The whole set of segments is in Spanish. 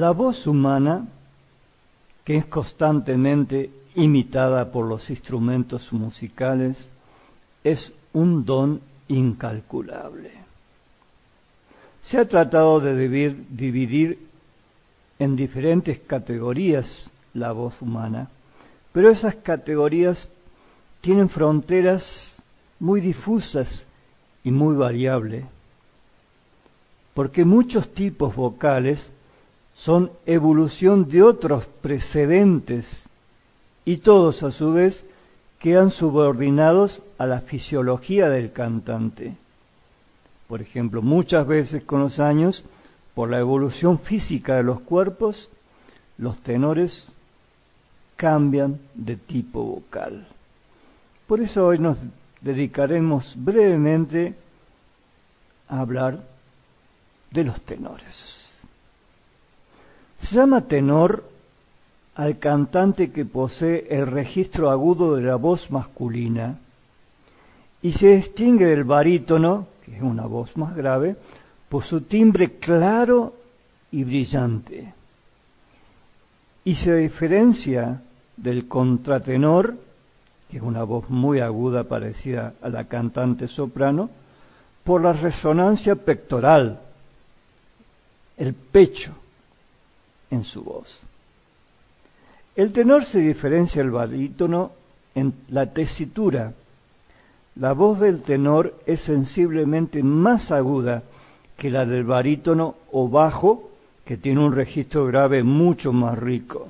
La voz humana, que es constantemente imitada por los instrumentos musicales, es un don incalculable. Se ha tratado de dividir en diferentes categorías la voz humana, pero esas categorías tienen fronteras muy difusas y muy variables, porque muchos tipos vocales son evolución de otros precedentes y todos a su vez quedan subordinados a la fisiología del cantante. Por ejemplo, muchas veces con los años, por la evolución física de los cuerpos, los tenores cambian de tipo vocal. Por eso hoy nos dedicaremos brevemente a hablar de los tenores. Se llama tenor al cantante que posee el registro agudo de la voz masculina y se distingue del barítono, que es una voz más grave, por su timbre claro y brillante. Y se diferencia del contratenor, que es una voz muy aguda parecida a la cantante soprano, por la resonancia pectoral, el pecho en su voz. El tenor se diferencia del barítono en la tesitura. La voz del tenor es sensiblemente más aguda que la del barítono o bajo, que tiene un registro grave mucho más rico.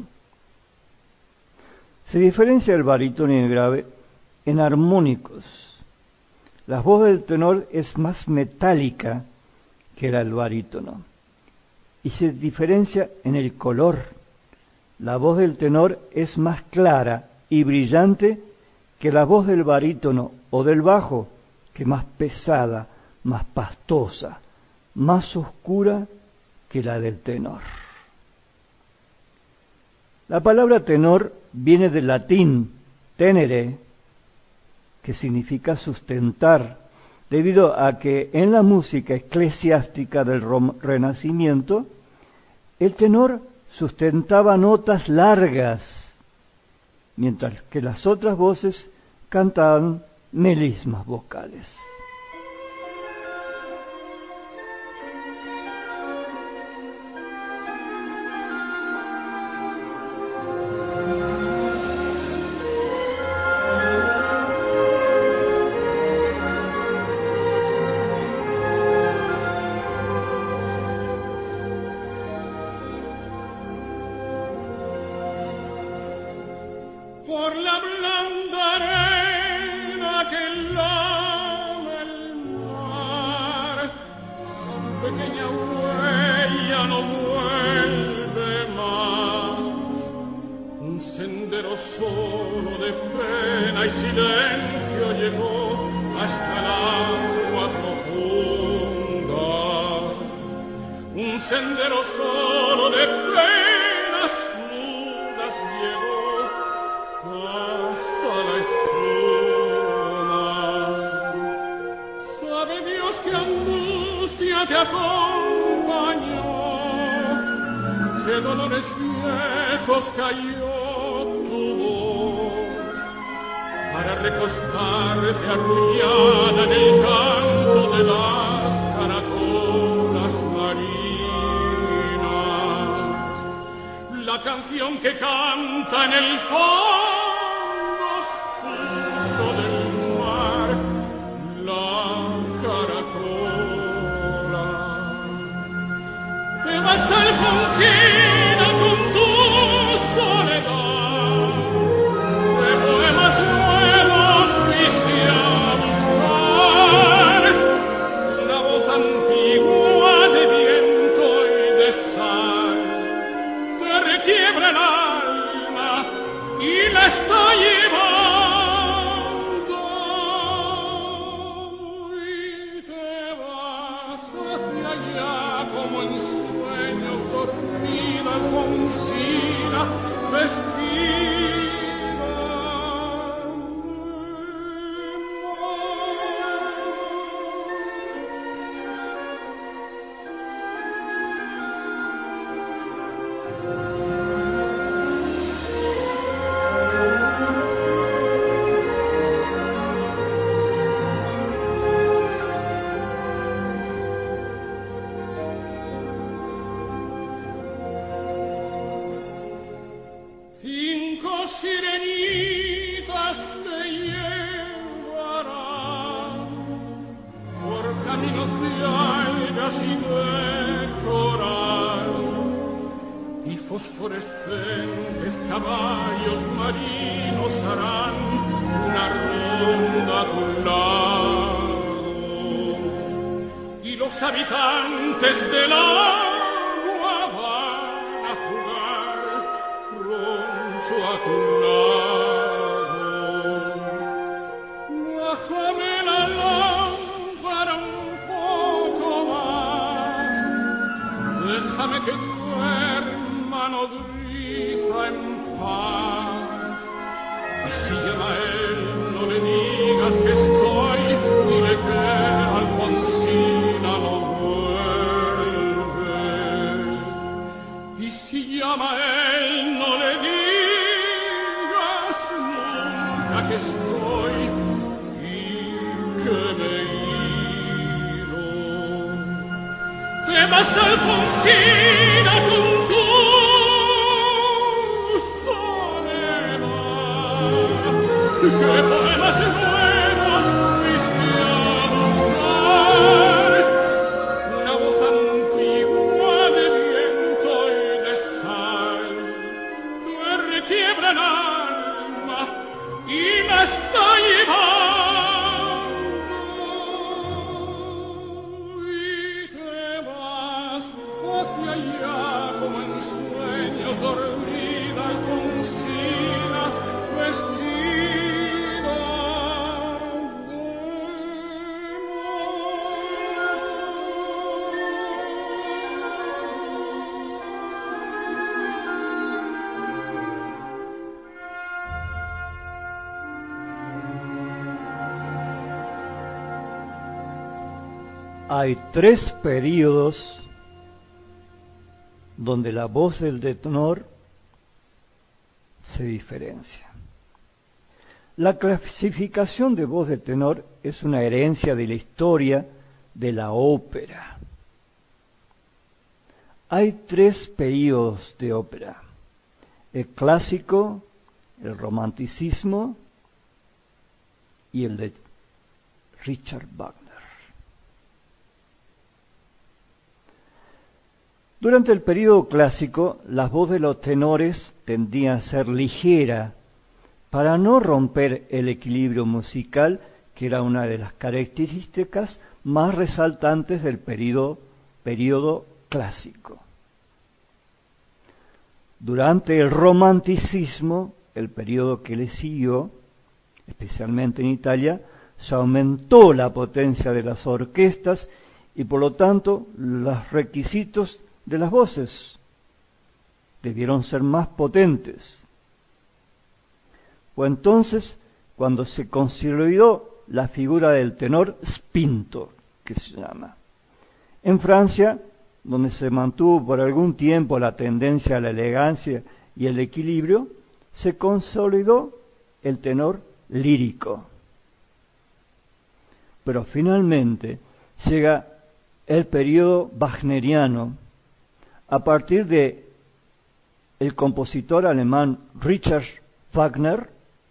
Se diferencia el barítono y el grave en armónicos. La voz del tenor es más metálica que la del barítono y se diferencia en el color. La voz del tenor es más clara y brillante que la voz del barítono o del bajo, que es más pesada, más pastosa, más oscura que la del tenor. La palabra tenor viene del latín tenere, que significa sustentar, debido a que en la música eclesiástica del Renacimiento, el tenor sustentaba notas largas, mientras que las otras voces cantaban melismas vocales. Por la blanda arena que lame el mar, su pequeña huella no vuelve más. Un sendero solo de pena y silencio llegó hasta el agua profunda. Un sendero solo de penas mudas llegó hasta la espuma. Sabe Dios qué angustia te acompañó, qué dolores viejos cayó tu voz, para recostarte arrullada en el canto de las caracolas marinas. La canción que canta en el fondo oscuro del mar, la caracola. Te vas Alfonsina con tu soledad, de poemas nuevos fuiste a buscar, la voz antigua de viento y de sal te requiebra el alma y la 5 sirenitas te llevarán por caminos de algas y de coral, y fosforescentes caballos marinos harán una ronda a tu lado, y los habitantes del agua van a jugar pronto a tu lado. Bájame la lámpara un poco más, déjame que duerma nodriza en paz. Y si llama a él, no le digas que estoy, dile que Alfonsina no vuelve. Y si llama a él, no le digas nunca que estoy y que me he ido. Te vas, Alfonsina, con tu soledad, que poemas nuevos cristianos dar, una voz antigua de viento y de sal, te requiebra el alma y la está llevando, y te vas hacia allá como en sueños dormida Alfonsina, vestida de Hay 3 períodos donde la voz del tenor se diferencia. La clasificación de voz de tenor es una herencia de la historia de la ópera. Hay 3 períodos de ópera: el clásico, el romanticismo y el de Richard Wagner. Durante el período clásico, las voces de los tenores tendían a ser ligeras para no romper el equilibrio musical, que era una de las características más resaltantes del período clásico. Durante el romanticismo, el período que le siguió, especialmente en Italia, se aumentó la potencia de las orquestas y por lo tanto los requisitos de las voces debieron ser más potentes. Fue entonces cuando se consolidó la figura del tenor spinto, que se llama. En Francia, donde se mantuvo por algún tiempo la tendencia a la elegancia y el equilibrio, se consolidó el tenor lírico. Pero finalmente llega el periodo wagneriano, a partir de el compositor alemán Richard Wagner,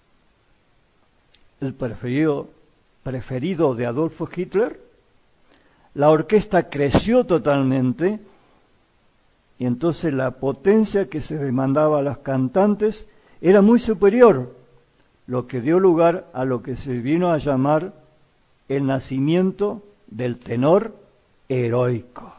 el preferido de Adolfo Hitler. La orquesta creció totalmente y entonces la potencia que se demandaba a los cantantes era muy superior, lo que dio lugar a lo que se vino a llamar el nacimiento del tenor heroico.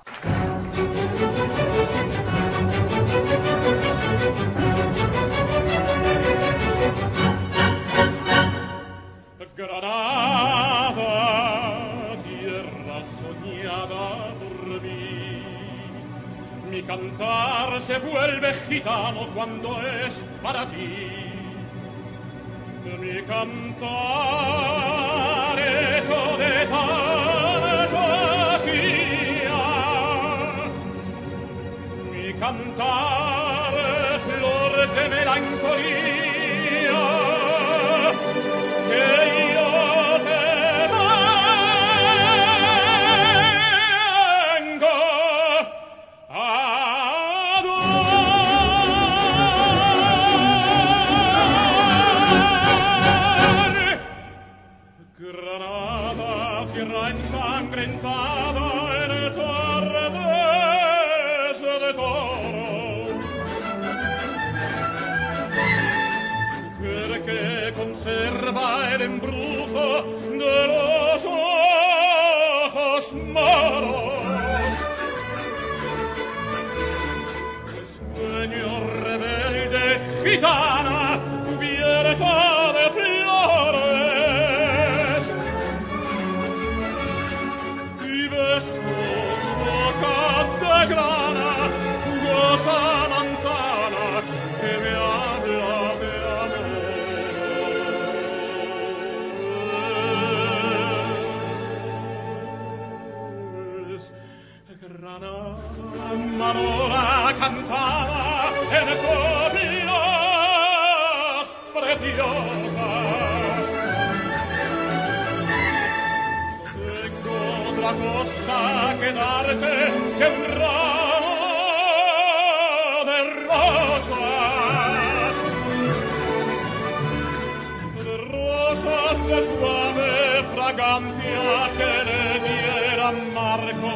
Granada, tierra soñada por mí, mi cantar se vuelve gitano cuando es para ti. Mi cantar hecho de fantasía, mi cantar flor de melancolía, que io te vengo a dar. embrujo de los ojos moros. El sueño rebelde gitana cubierta de flores, y beso boca de grana, jugosa manzana que me habla de amores. Granada Manora cantaba en copias preciosas. No tengo otra cosa que darte que un ramo de rosas de suave fragancia que le dieran marco.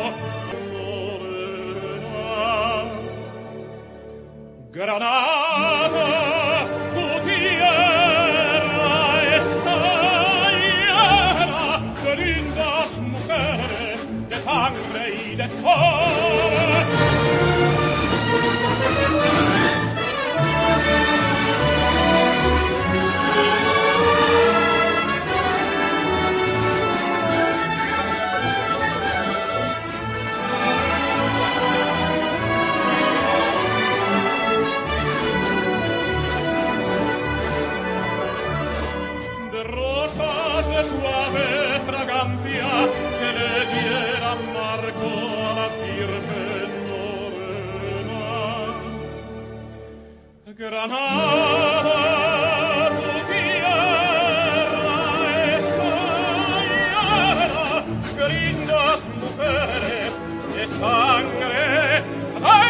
Granada, tu tierra está llena de lindas mujeres, de sangre y de sol. De suave fragancia que le diera marco a la Virgen morena. Granada, tu tierra está llena de lindas mujeres de sangre. ¡Ay!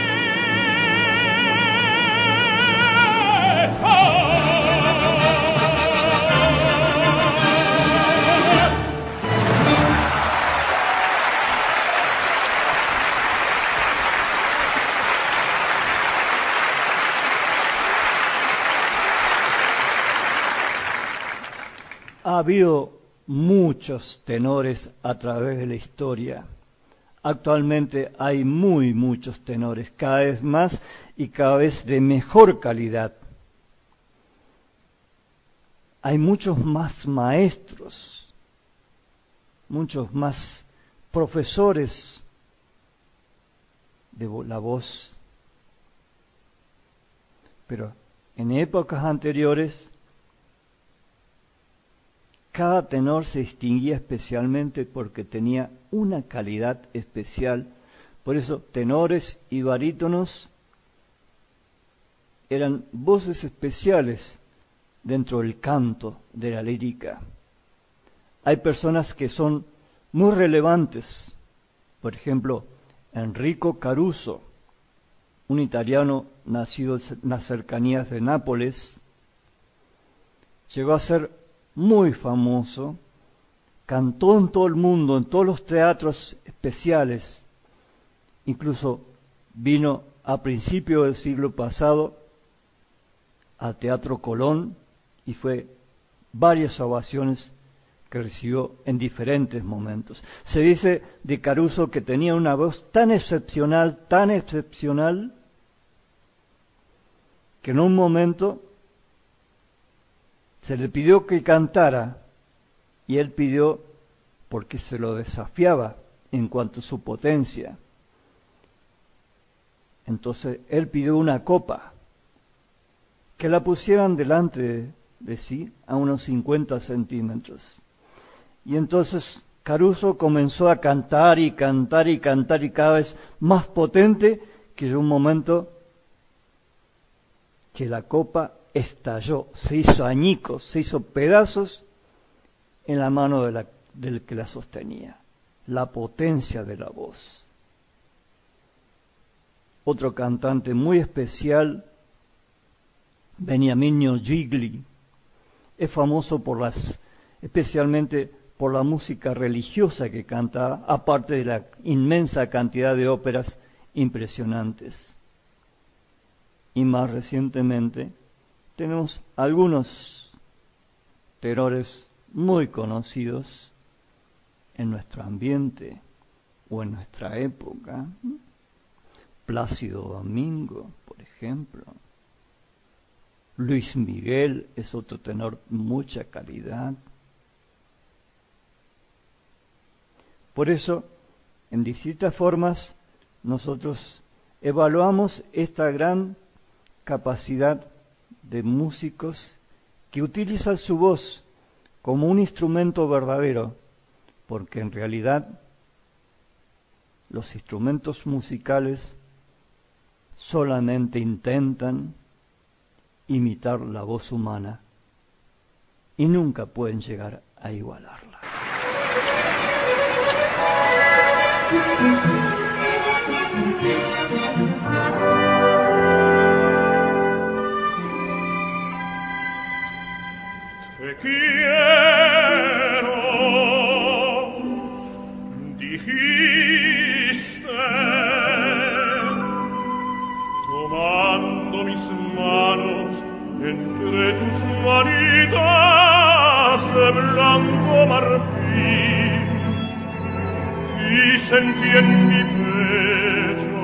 Ha habido muchos tenores a través de la historia. Actualmente hay muchos tenores, cada vez más y cada vez de mejor calidad. Hay muchos más maestros, muchos más profesores de la voz. Pero en épocas anteriores, cada tenor se distinguía especialmente porque tenía una calidad especial. Por eso tenores y barítonos eran voces especiales dentro del canto de la lírica. Hay personas que son muy relevantes. Por ejemplo, Enrico Caruso, un italiano nacido en las cercanías de Nápoles, llegó a ser muy famoso, cantó en todo el mundo, en todos los teatros especiales, incluso vino a principios del siglo pasado al Teatro Colón y fue varias ovaciones que recibió en diferentes momentos. Se dice de Caruso que tenía una voz tan excepcional, que en un momento se le pidió que cantara y él pidió porque se lo desafiaba en cuanto a su potencia. Entonces él pidió una copa, que la pusieran delante de sí a unos 50 centímetros. Y entonces Caruso comenzó a cantar y cada vez más potente, que llegó un momento que la copa estalló, se hizo añicos, se hizo pedazos en la mano del que la sostenía. La potencia de la voz. Otro cantante muy especial, Beniamino Gigli, es famoso especialmente por la música religiosa que cantaba, aparte de la inmensa cantidad de óperas impresionantes. Y más recientemente tenemos algunos tenores muy conocidos en nuestro ambiente o en nuestra época. Plácido Domingo, por ejemplo. Luis Miguel es otro tenor de mucha calidad. Por eso, en distintas formas, nosotros evaluamos esta gran capacidad de músicos que utilizan su voz como un instrumento verdadero, porque en realidad los instrumentos musicales solamente intentan imitar la voz humana y nunca pueden llegar a igualarla. Te quiero, dijiste, tomando mis manos entre tus manitas de blanco marfil, y sentí en mi pecho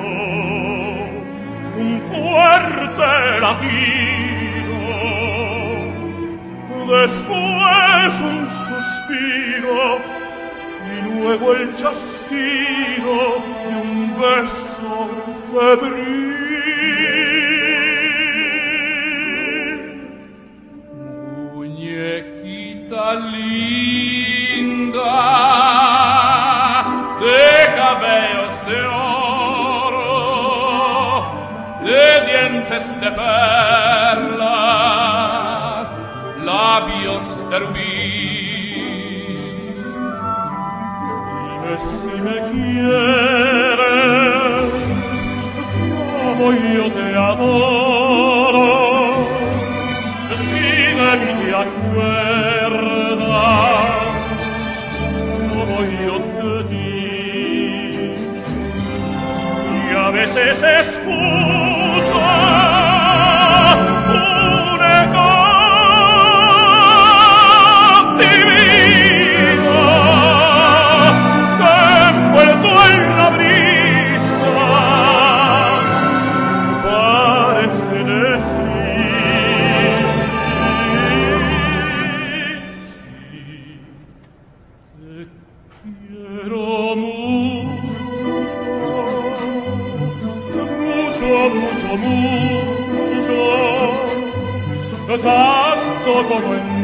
un fuerte latido, después un suspiro y luego el chasquido de un beso febril. Muñequita linda de cabellos de oro, de dientes de perlas, labios de rubí. Dime si me quieres como yo te adoro, si de mí te acuerdas como yo de ti. Y a veces escucho un eco tanto como en